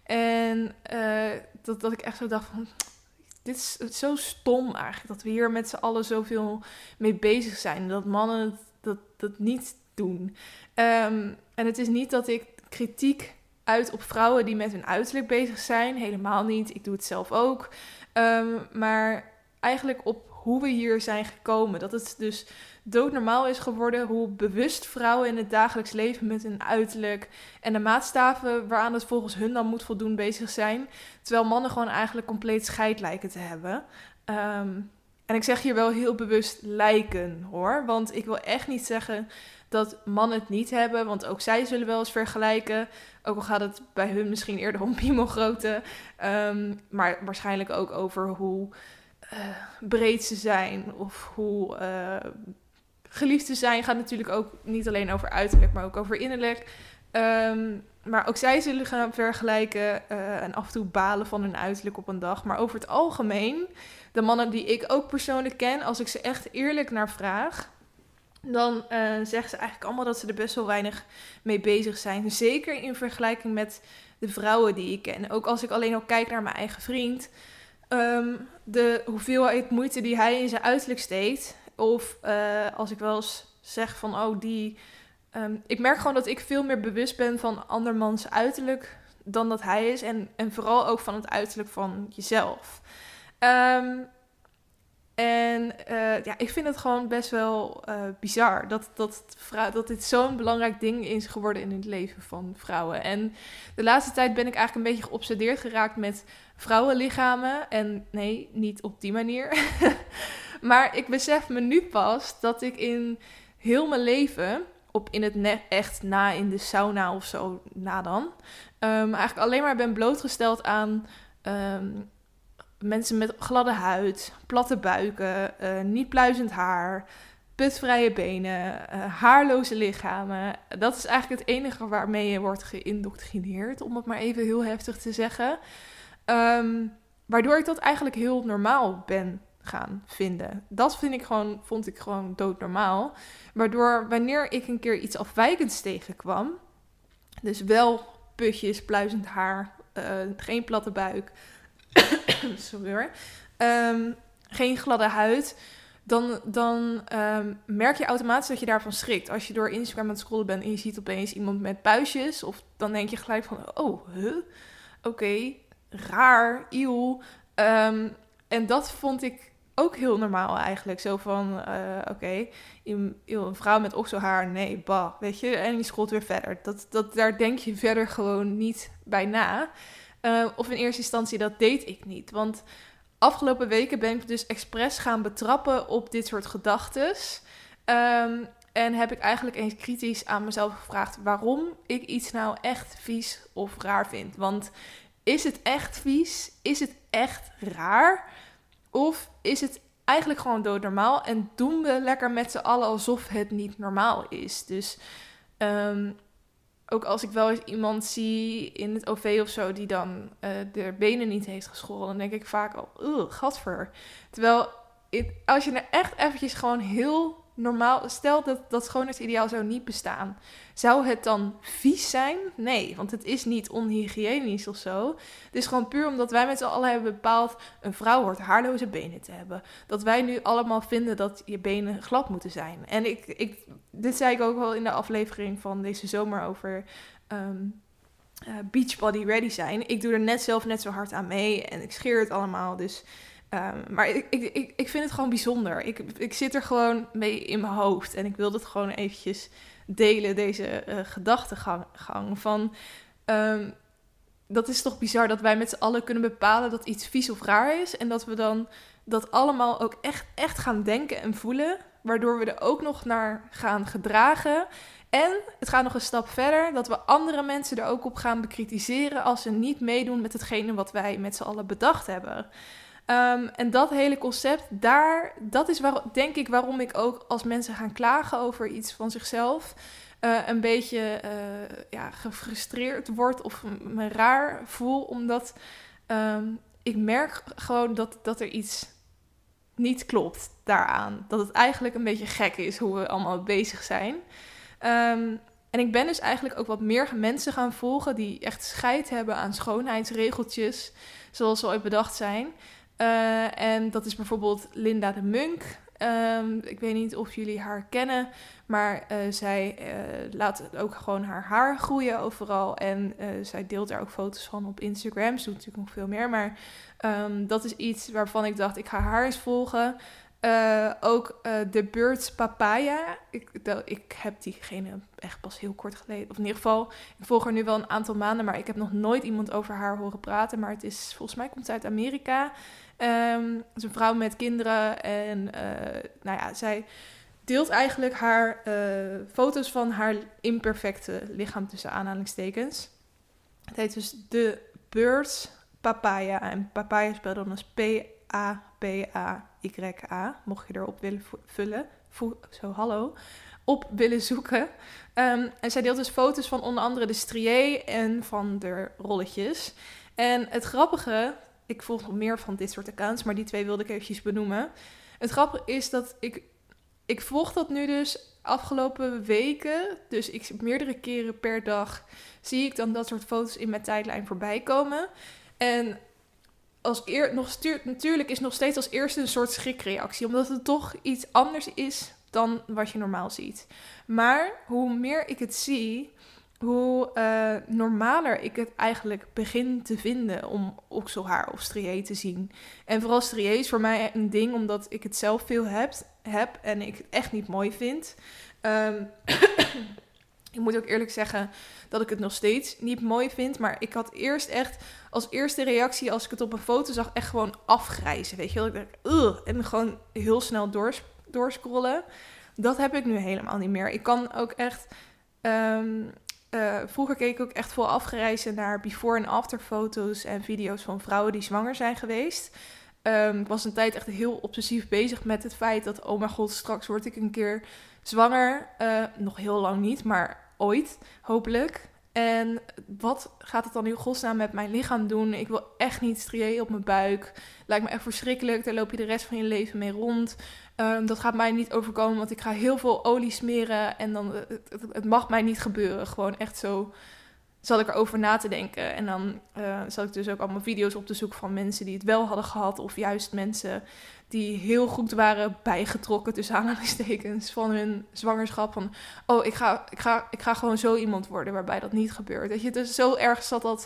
A: En uh, dat, dat ik echt zo dacht van, dit is zo stom eigenlijk, dat we hier met z'n allen zoveel mee bezig zijn. Dat mannen dat, dat, dat niet doen. Um, en het is niet dat ik kritiek uit op vrouwen die met hun uiterlijk bezig zijn. Helemaal niet, ik doe het zelf ook. Um, maar eigenlijk op hoe we hier zijn gekomen. Dat het dus doodnormaal is geworden hoe bewust vrouwen in het dagelijks leven met hun uiterlijk en de maatstaven waaraan het volgens hun dan moet voldoen bezig zijn. Terwijl mannen gewoon eigenlijk compleet scheid lijken te hebben. Um, en ik zeg hier wel heel bewust lijken hoor. Want ik wil echt niet zeggen dat mannen het niet hebben. Want ook zij zullen wel eens vergelijken. Ook al gaat het bij hun misschien eerder om piemelgrootte. Um, maar waarschijnlijk ook over hoe uh, breed ze zijn of hoe uh, geliefd ze zijn. Gaat natuurlijk ook niet alleen over uiterlijk, maar ook over innerlijk. Um, maar ook zij zullen gaan vergelijken uh, en af en toe balen van hun uiterlijk op een dag. Maar over het algemeen, de mannen die ik ook persoonlijk ken, als ik ze echt eerlijk naar vraag, dan uh, zeggen ze eigenlijk allemaal dat ze er best wel weinig mee bezig zijn. Zeker in vergelijking met de vrouwen die ik ken. Ook als ik alleen al kijk naar mijn eigen vriend. Um, de hoeveelheid moeite die hij in zijn uiterlijk steekt. Of uh, als ik wel eens zeg van, oh, die... Um, ik merk gewoon dat ik veel meer bewust ben van andermans uiterlijk dan dat hij is. En, en vooral ook van het uiterlijk van jezelf. Um, En uh, ja, ik vind het gewoon best wel uh, bizar dat, dat, vrou- dat dit zo'n belangrijk ding is geworden in het leven van vrouwen. En de laatste tijd ben ik eigenlijk een beetje geobsedeerd geraakt met vrouwenlichamen. En nee, niet op die manier. Maar ik besef me nu pas dat ik in heel mijn leven, op in het ne- echt na in de sauna of zo, na dan, um, eigenlijk alleen maar ben blootgesteld aan Um, mensen met gladde huid, platte buiken, uh, niet pluizend haar, putvrije benen, uh, haarloze lichamen. Dat is eigenlijk het enige waarmee je wordt geïndoctrineerd, om het maar even heel heftig te zeggen. Um, waardoor ik dat eigenlijk heel normaal ben gaan vinden. Dat vind ik gewoon, vond ik gewoon doodnormaal. Waardoor wanneer ik een keer iets afwijkends tegenkwam, dus wel putjes, pluizend haar, uh, geen platte buik, sorry hoor, um, geen gladde huid, dan, dan um, merk je automatisch dat je daarvan schrikt. Als je door Instagram aan het scrollen bent en je ziet opeens iemand met puistjes, of dan denk je gelijk van, oh, huh? Oké, okay, raar, eeuw. Um, en dat vond ik ook heel normaal eigenlijk. Zo van, uh, oké, okay, een, een vrouw met okselhaar, nee, bah, weet je. En die scrolt weer verder. Dat, dat, daar denk je verder gewoon niet bij na. Uh, of in eerste instantie, dat deed ik niet. Want afgelopen weken ben ik dus expres gaan betrappen op dit soort gedachtes. Um, en heb ik eigenlijk eens kritisch aan mezelf gevraagd waarom ik iets nou echt vies of raar vind. Want is het echt vies? Is het echt raar? Of is het eigenlijk gewoon doodnormaal? En doen we lekker met z'n allen alsof het niet normaal is? Dus um, ook als ik wel eens iemand zie in het O V of zo die dan uh, de benen niet heeft geschoren, dan denk ik vaak al, ugh, gadver. Terwijl it, als je er echt eventjes gewoon heel normaal, stel dat dat schoonheidsideaal zou niet bestaan, zou het dan vies zijn? Nee, want het is niet onhygiënisch of zo. Het is gewoon puur omdat wij met z'n allen hebben bepaald, een vrouw hoort haarloze benen te hebben. Dat wij nu allemaal vinden dat je benen glad moeten zijn. En ik, ik, dit zei ik ook wel in de aflevering van deze zomer over um, uh, Beachbody Ready zijn. Ik doe er net zelf net zo hard aan mee en ik scheer het allemaal, dus Um, maar ik, ik, ik, ik vind het gewoon bijzonder. Ik, ik zit er gewoon mee in mijn hoofd. En ik wil het gewoon eventjes delen, deze uh, gedachtegang gang van Um, dat is toch bizar dat wij met z'n allen kunnen bepalen dat iets vies of raar is. En dat we dan dat allemaal ook echt, echt gaan denken en voelen. Waardoor we er ook nog naar gaan gedragen. En het gaat nog een stap verder, dat we andere mensen er ook op gaan bekritiseren als ze niet meedoen met hetgene wat wij met z'n allen bedacht hebben. Um, en dat hele concept, daar, dat is waar, denk ik waarom ik ook als mensen gaan klagen over iets van zichzelf, uh, een beetje uh, ja, gefrustreerd word of me raar voel. Omdat um, ik merk gewoon dat, dat er iets niet klopt daaraan. Dat het eigenlijk een beetje gek is hoe we allemaal bezig zijn. Um, en ik ben dus eigenlijk ook wat meer mensen gaan volgen die echt scheid hebben aan schoonheidsregeltjes, zoals ze ooit bedacht zijn. Uh, en dat is bijvoorbeeld Linda de Munk. Um, ik weet niet of jullie haar kennen, maar uh, zij uh, laat ook gewoon haar haar groeien overal. En uh, zij deelt daar ook foto's van op Instagram. Ze doet natuurlijk nog veel meer, maar um, dat is iets waarvan ik dacht, ik ga haar eens volgen. Uh, ook uh, The Birds Papaya. Ik, dat, ik heb diegene echt pas heel kort geleden. Of in ieder geval, ik volg haar nu wel een aantal maanden, maar ik heb nog nooit iemand over haar horen praten. Maar het is, volgens mij komt ze uit Amerika. Um, het is een vrouw met kinderen. En uh, nou ja, zij deelt eigenlijk haar uh, foto's van haar imperfecte lichaam tussen aanhalingstekens. Het heet dus The Birds Papaya. En papaya spelt dan als P A P A Y A, mocht je erop willen vullen, vo- zo hallo, op willen zoeken. Um, en zij deelt dus foto's van onder andere de strié en van de rolletjes. En het grappige, ik volg nog meer van dit soort accounts, maar die twee wilde ik eventjes benoemen. Het grappige is dat ik, ik volg dat nu dus afgelopen weken, dus ik meerdere keren per dag zie ik dan dat soort foto's in mijn tijdlijn voorbij komen. En als eer, nog stuur, natuurlijk is nog steeds als eerste een soort schrikreactie, omdat het toch iets anders is dan wat je normaal ziet. Maar hoe meer ik het zie, hoe uh, normaler ik het eigenlijk begin te vinden om okselhaar of strié te zien. En vooral strié is voor mij een ding, omdat ik het zelf veel heb, heb en ik het echt niet mooi vind. Um, ik moet ook eerlijk zeggen dat ik het nog steeds niet mooi vind. Maar ik had eerst echt als eerste reactie als ik het op een foto zag echt gewoon afgrijzen. Weet je wel, ik dacht, ugh, en gewoon heel snel doors, doorscrollen. Dat heb ik nu helemaal niet meer. Ik kan ook echt... Um, uh, vroeger keek ik ook echt vol afgereizen naar before- en after foto's en video's van vrouwen die zwanger zijn geweest. Um, ik was een tijd echt heel obsessief bezig met het feit dat, oh mijn god, straks word ik een keer zwanger. Uh, nog heel lang niet, maar ooit, hopelijk. En wat gaat het dan in godsnaam met mijn lichaam doen? Ik wil echt niet strié op mijn buik. Lijkt me echt verschrikkelijk. Daar loop je de rest van je leven mee rond. Um, dat gaat mij niet overkomen, want ik ga heel veel olie smeren. En dan, het, het, het mag mij niet gebeuren. Gewoon echt zo zat ik erover na te denken. En dan uh, zat ik dus ook allemaal video's op te zoeken van mensen die het wel hadden gehad. Of juist mensen die heel goed waren bijgetrokken, tussen aanhalingstekens, van hun zwangerschap. Van, oh, ik ga, ik, ga, ik ga gewoon zo iemand worden waarbij dat niet gebeurt. Weet je, dus zo erg zat dat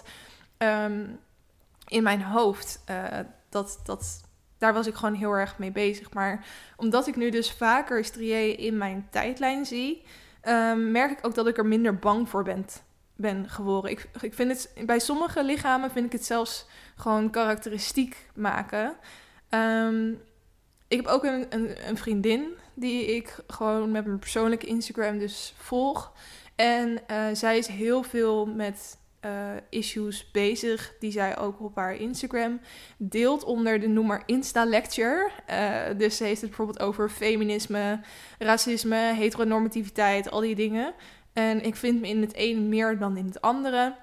A: um, in mijn hoofd. Uh, dat, dat, daar was ik gewoon heel erg mee bezig. Maar omdat ik nu dus vaker strié in mijn tijdlijn zie, um, merk ik ook dat ik er minder bang voor ben. ben geworden. Ik, ik vind het, bij sommige lichamen vind ik het zelfs gewoon karakteristiek maken. Um, ik heb ook een, een, een vriendin die ik gewoon met mijn persoonlijke Instagram dus volg. En uh, zij is heel veel met uh, issues bezig die zij ook op haar Instagram deelt onder de noemer Insta-lecture. Uh, dus ze heeft het bijvoorbeeld over feminisme, racisme, heteronormativiteit, al die dingen. En ik vind me in het ene meer dan in het andere.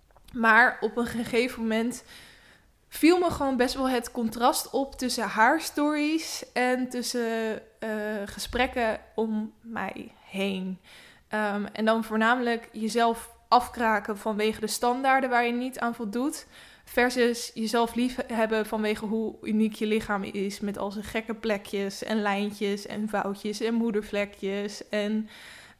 A: Maar op een gegeven moment viel me gewoon best wel het contrast op tussen haar stories en tussen uh, gesprekken om mij heen. Um, en dan voornamelijk jezelf afkraken vanwege de standaarden waar je niet aan voldoet. Versus jezelf lief hebben vanwege hoe uniek je lichaam is. Met al zijn gekke plekjes en lijntjes en vouwtjes en moedervlekjes. En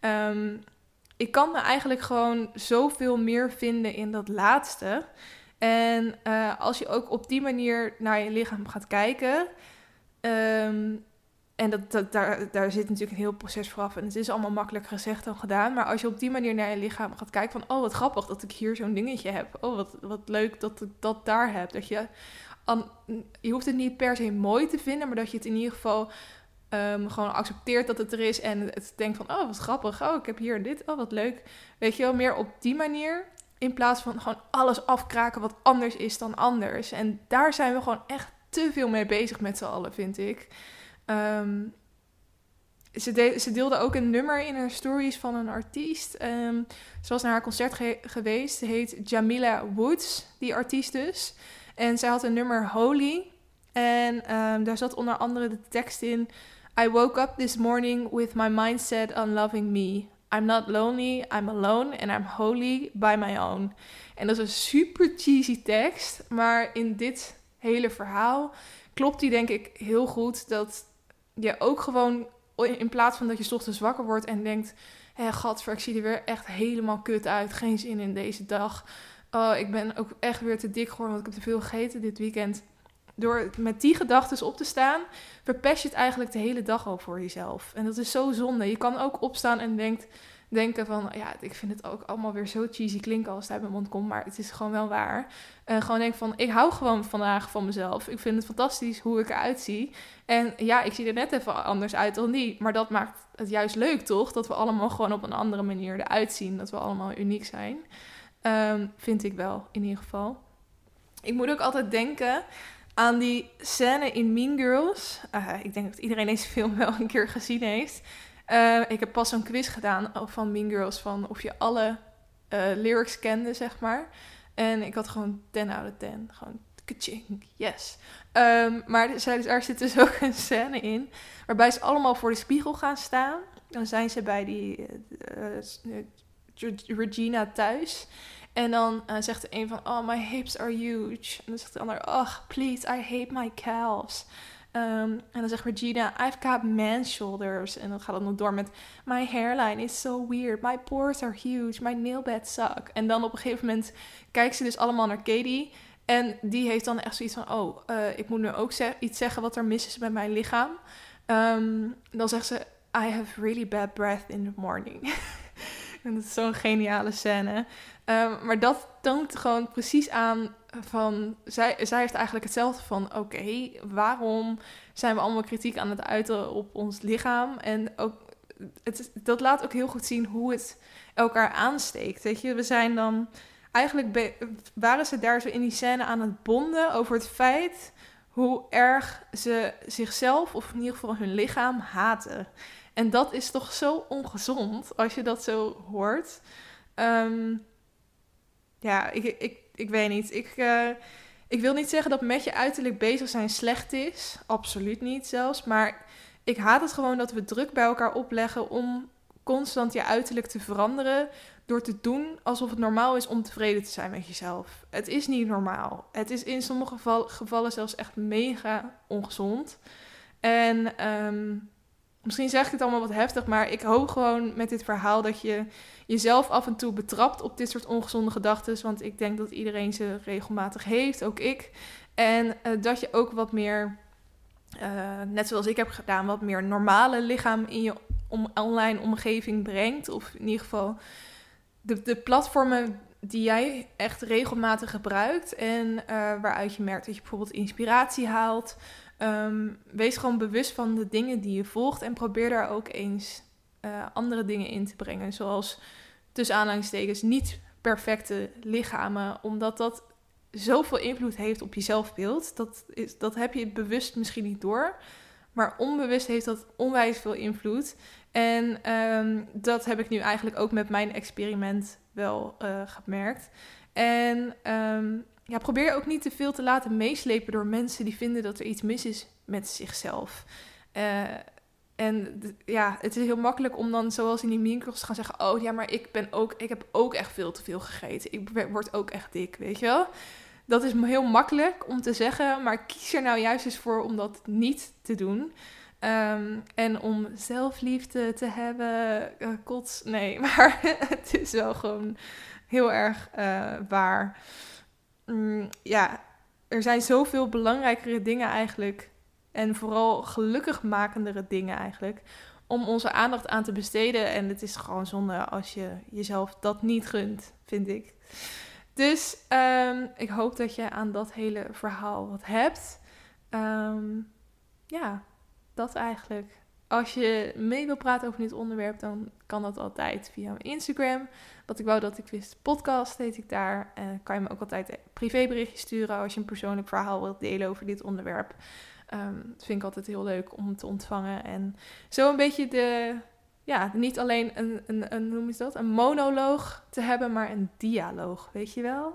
A: um, ik kan me eigenlijk gewoon zoveel meer vinden in dat laatste. En uh, als je ook op die manier naar je lichaam gaat kijken. Um, en dat, dat, daar, daar zit natuurlijk een heel proces vooraf. En het is allemaal makkelijk gezegd dan gedaan. Maar als je op die manier naar je lichaam gaat kijken van, oh wat grappig dat ik hier zo'n dingetje heb. Oh wat, wat leuk dat ik dat daar heb. Dat je, an, je hoeft het niet per se mooi te vinden. Maar dat je het in ieder geval um, gewoon accepteert dat het er is. En het denkt van, oh wat grappig. Oh ik heb hier dit. Oh wat leuk. Weet je wel, meer op die manier. In plaats van gewoon alles afkraken wat anders is dan anders. En daar zijn we gewoon echt te veel mee bezig met z'n allen, vind ik. Um, ze, de- ze deelde ook een nummer in haar stories van een artiest. Um, ze was naar haar concert ge- geweest. Ze heet Jamila Woods, die artiest dus. En zij had een nummer Holy. En um, daar zat onder andere de tekst in. I woke up this morning with my mindset on loving me. I'm not lonely, I'm alone and I'm holy by my own. En dat is een super cheesy tekst. Maar in dit hele verhaal klopt die denk ik heel goed. Dat je ook gewoon, in plaats van dat je 's ochtends wakker wordt en denkt, hé, gadver, ik zie er weer echt helemaal kut uit. Geen zin in deze dag. Oh, ik ben ook echt weer te dik geworden, want ik heb te veel gegeten dit weekend. Door met die gedachten op te staan, verpest je het eigenlijk de hele dag al voor jezelf. En dat is zo zonde. Je kan ook opstaan en denkt, denken van, ja, ik vind het ook allemaal weer zo cheesy klinken als het uit mijn mond komt, maar het is gewoon wel waar. En gewoon denk van, ik hou gewoon vandaag van mezelf. Ik vind het fantastisch hoe ik eruit zie. En ja, ik zie er net even anders uit dan die. Maar dat maakt het juist leuk, toch? Dat we allemaal gewoon op een andere manier eruit zien. Dat we allemaal uniek zijn. Um, vind ik wel, in ieder geval. Ik moet ook altijd denken aan die scène in Mean Girls. Uh, ik denk dat iedereen deze film wel een keer gezien heeft. Uh, ik heb pas zo'n quiz gedaan van Mean Girls, van of je alle uh, lyrics kende, zeg maar. En ik had gewoon ten out of ten. Gewoon kaching, yes. Um, maar er zit dus ook een scène in waarbij ze allemaal voor de spiegel gaan staan. Dan zijn ze bij die uh, uh, Regina thuis. En dan uh, zegt de een van, oh, my hips are huge. En dan zegt de ander, oh, please, I hate my calves. Um, en dan zegt Regina, I've got man's shoulders. En dan gaat het nog door met, my hairline is so weird. My pores are huge. My nail beds suck. En dan op een gegeven moment kijken ze dus allemaal naar Katie. En die heeft dan echt zoiets van, oh, uh, ik moet nu ook ze- iets zeggen wat er mis is met mijn lichaam. Um, dan zegt ze, I have really bad breath in the morning. En dat is zo'n geniale scène. Um, maar dat toont gewoon precies aan van... Zij, zij heeft eigenlijk hetzelfde van... Oké, okay, waarom zijn we allemaal kritiek aan het uiten op ons lichaam? En ook, het, dat laat ook heel goed zien hoe het elkaar aansteekt. Weet je, we zijn dan... Eigenlijk be, waren ze daar zo in die scène aan het bonden over het feit... hoe erg ze zichzelf, of in ieder geval hun lichaam, haten. En dat is toch zo ongezond, als je dat zo hoort. Um, ja, ik, ik, ik weet niet. Ik, uh, ik wil niet zeggen dat met je uiterlijk bezig zijn slecht is. Absoluut niet zelfs. Maar ik haat het gewoon dat we druk bij elkaar opleggen om constant je uiterlijk te veranderen. Door te doen alsof het normaal is om tevreden te zijn met jezelf. Het is niet normaal. Het is in sommige geval, gevallen zelfs echt mega ongezond. En um, misschien zeg ik het allemaal wat heftig, maar ik hoop gewoon met dit verhaal dat je jezelf af en toe betrapt op dit soort ongezonde gedachten. Want ik denk dat iedereen ze regelmatig heeft, ook ik. En uh, dat je ook wat meer, uh, net zoals ik heb gedaan, wat meer normale lichaam in je om- online omgeving brengt. Of in ieder geval de, de platformen die jij echt regelmatig gebruikt en uh, waaruit je merkt dat je bijvoorbeeld inspiratie haalt. Um, wees gewoon bewust van de dingen die je volgt en probeer daar ook eens uh, andere dingen in te brengen. Zoals tussen aanhalingstekens niet perfecte lichamen, omdat dat zoveel invloed heeft op je zelfbeeld. Dat, is, dat heb je bewust misschien niet door, maar onbewust heeft dat onwijs veel invloed. En um, dat heb ik nu eigenlijk ook met mijn experiment wel uh, gemerkt. En um, ja, probeer ook niet te veel te laten meeslepen door mensen die vinden dat er iets mis is met zichzelf. Uh, en d- ja, het is heel makkelijk om dan zoals in die winkels te gaan zeggen, oh ja, maar ik ben ook, ik heb ook echt veel te veel gegeten. Ik word ook echt dik, weet je wel. Dat is heel makkelijk om te zeggen, maar kies er nou juist eens voor om dat niet te doen. Um, en om zelfliefde te hebben, uh, kots, nee, maar het is wel gewoon heel erg uh, waar. Mm, ja, er zijn zoveel belangrijkere dingen eigenlijk, en vooral gelukkigmakendere dingen eigenlijk, om onze aandacht aan te besteden. En het is gewoon zonde als je jezelf dat niet gunt, vind ik. Dus um, ik hoop dat je aan dat hele verhaal wat hebt. Um, ja... Dat eigenlijk. Als je mee wil praten over dit onderwerp, dan kan dat altijd via mijn Instagram. Wat ik wou dat ik wist, podcast heet ik daar. En uh, kan je me ook altijd een privéberichtje sturen als je een persoonlijk verhaal wilt delen over dit onderwerp. Um, dat vind ik altijd heel leuk om te ontvangen. En zo een beetje de, ja, niet alleen een, een, een hoe noem je dat? Een monoloog te hebben, maar een dialoog, weet je wel?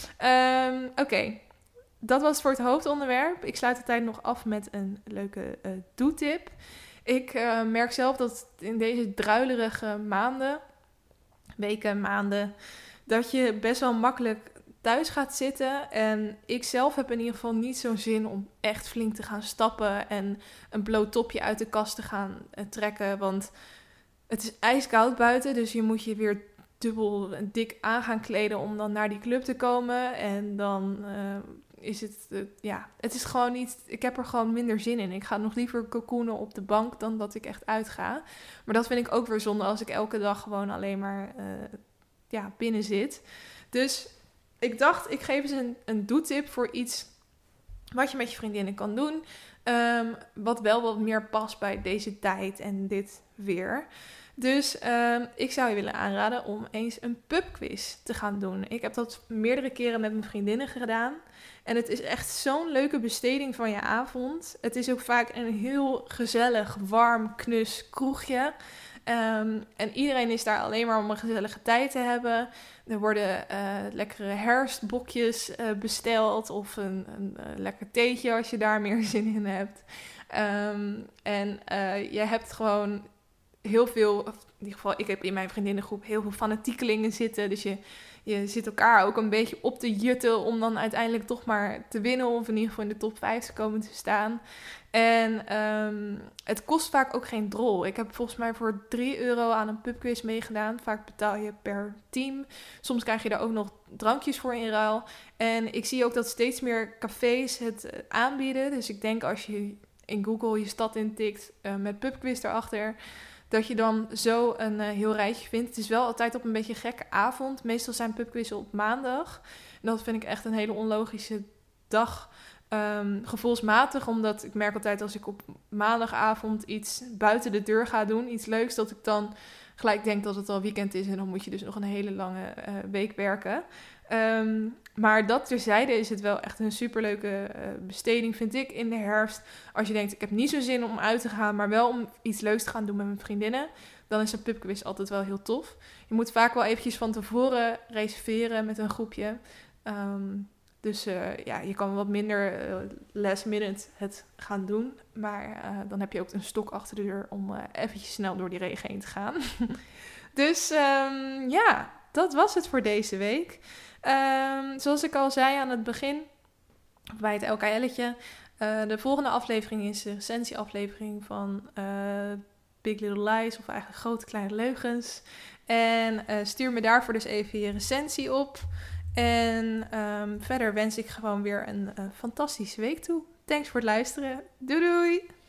A: Um, Oké. Okay. Dat was voor het hoofdonderwerp. Ik sluit de tijd nog af met een leuke uh, doetip. Ik uh, merk zelf dat in deze druilerige maanden, weken, maanden, dat je best wel makkelijk thuis gaat zitten. En ik zelf heb in ieder geval niet zo'n zin om echt flink te gaan stappen en een bloot topje uit de kast te gaan uh, trekken. Want het is ijskoud buiten, dus je moet je weer dubbel dik aan gaan kleden om dan naar die club te komen. En dan... Uh, is het, uh, ja, het is gewoon niet, ik heb er gewoon minder zin in. Ik ga nog liever cocoonen op de bank dan dat ik echt uitga. Maar dat vind ik ook weer zonde als ik elke dag gewoon alleen maar uh, ja, binnen zit. Dus ik dacht, ik geef eens een, een doetip voor iets wat je met je vriendinnen kan doen. Um, wat wel wat meer past bij deze tijd en dit weer. Dus um, ik zou je willen aanraden om eens een pubquiz te gaan doen. Ik heb dat meerdere keren met mijn vriendinnen gedaan. En het is echt zo'n leuke besteding van je avond. Het is ook vaak een heel gezellig, warm, knus kroegje. Um, en iedereen is daar alleen maar om een gezellige tijd te hebben. Er worden uh, lekkere herfstbokjes uh, besteld. Of een, een uh, lekker theetje als je daar meer zin in hebt. Um, en uh, je hebt gewoon heel veel, in ieder geval, ik heb in mijn vriendinnengroep heel veel fanatiekelingen zitten. Dus je, je zit elkaar ook een beetje op te jutten om dan uiteindelijk toch maar te winnen. Of in ieder geval in de top vijf te komen te staan. En um, het kost vaak ook geen drol. Ik heb volgens mij voor drie euro aan een pubquiz meegedaan. Vaak betaal je per team. Soms krijg je daar ook nog drankjes voor in ruil. En ik zie ook dat steeds meer cafés het aanbieden. Dus ik denk als je in Google je stad intikt uh, met pubquiz erachter, dat je dan zo een uh, heel rijtje vindt. Het is wel altijd op een beetje een gekke avond. Meestal zijn pubquizzen op maandag. En dat vind ik echt een hele onlogische dag. Um, gevoelsmatig, omdat ik merk altijd als ik op maandagavond iets buiten de deur ga doen, iets leuks, dat ik dan gelijk denk dat het al weekend is en dan moet je dus nog een hele lange uh, week werken. Um, maar dat terzijde is het wel echt een superleuke uh, besteding, vind ik, in de herfst. Als je denkt, ik heb niet zo zin om uit te gaan, maar wel om iets leuks te gaan doen met mijn vriendinnen, dan is een pubquiz altijd wel heel tof. Je moet vaak wel eventjes van tevoren reserveren met een groepje. Um, Dus uh, ja, je kan wat minder uh, last minute het gaan doen. Maar uh, dan heb je ook een stok achter de deur om uh, eventjes snel door die regen heen te gaan. Dus um, ja, dat was het voor deze week. Um, zoals ik al zei aan het begin, bij het L K L'tje. Uh, de volgende aflevering is de recensieaflevering van uh, Big Little Lies. Of eigenlijk Grote Kleine Leugens. En uh, stuur me daarvoor dus even je recensie op. En um, verder wens ik gewoon weer een uh, fantastische week toe. Thanks voor het luisteren. Doei doei!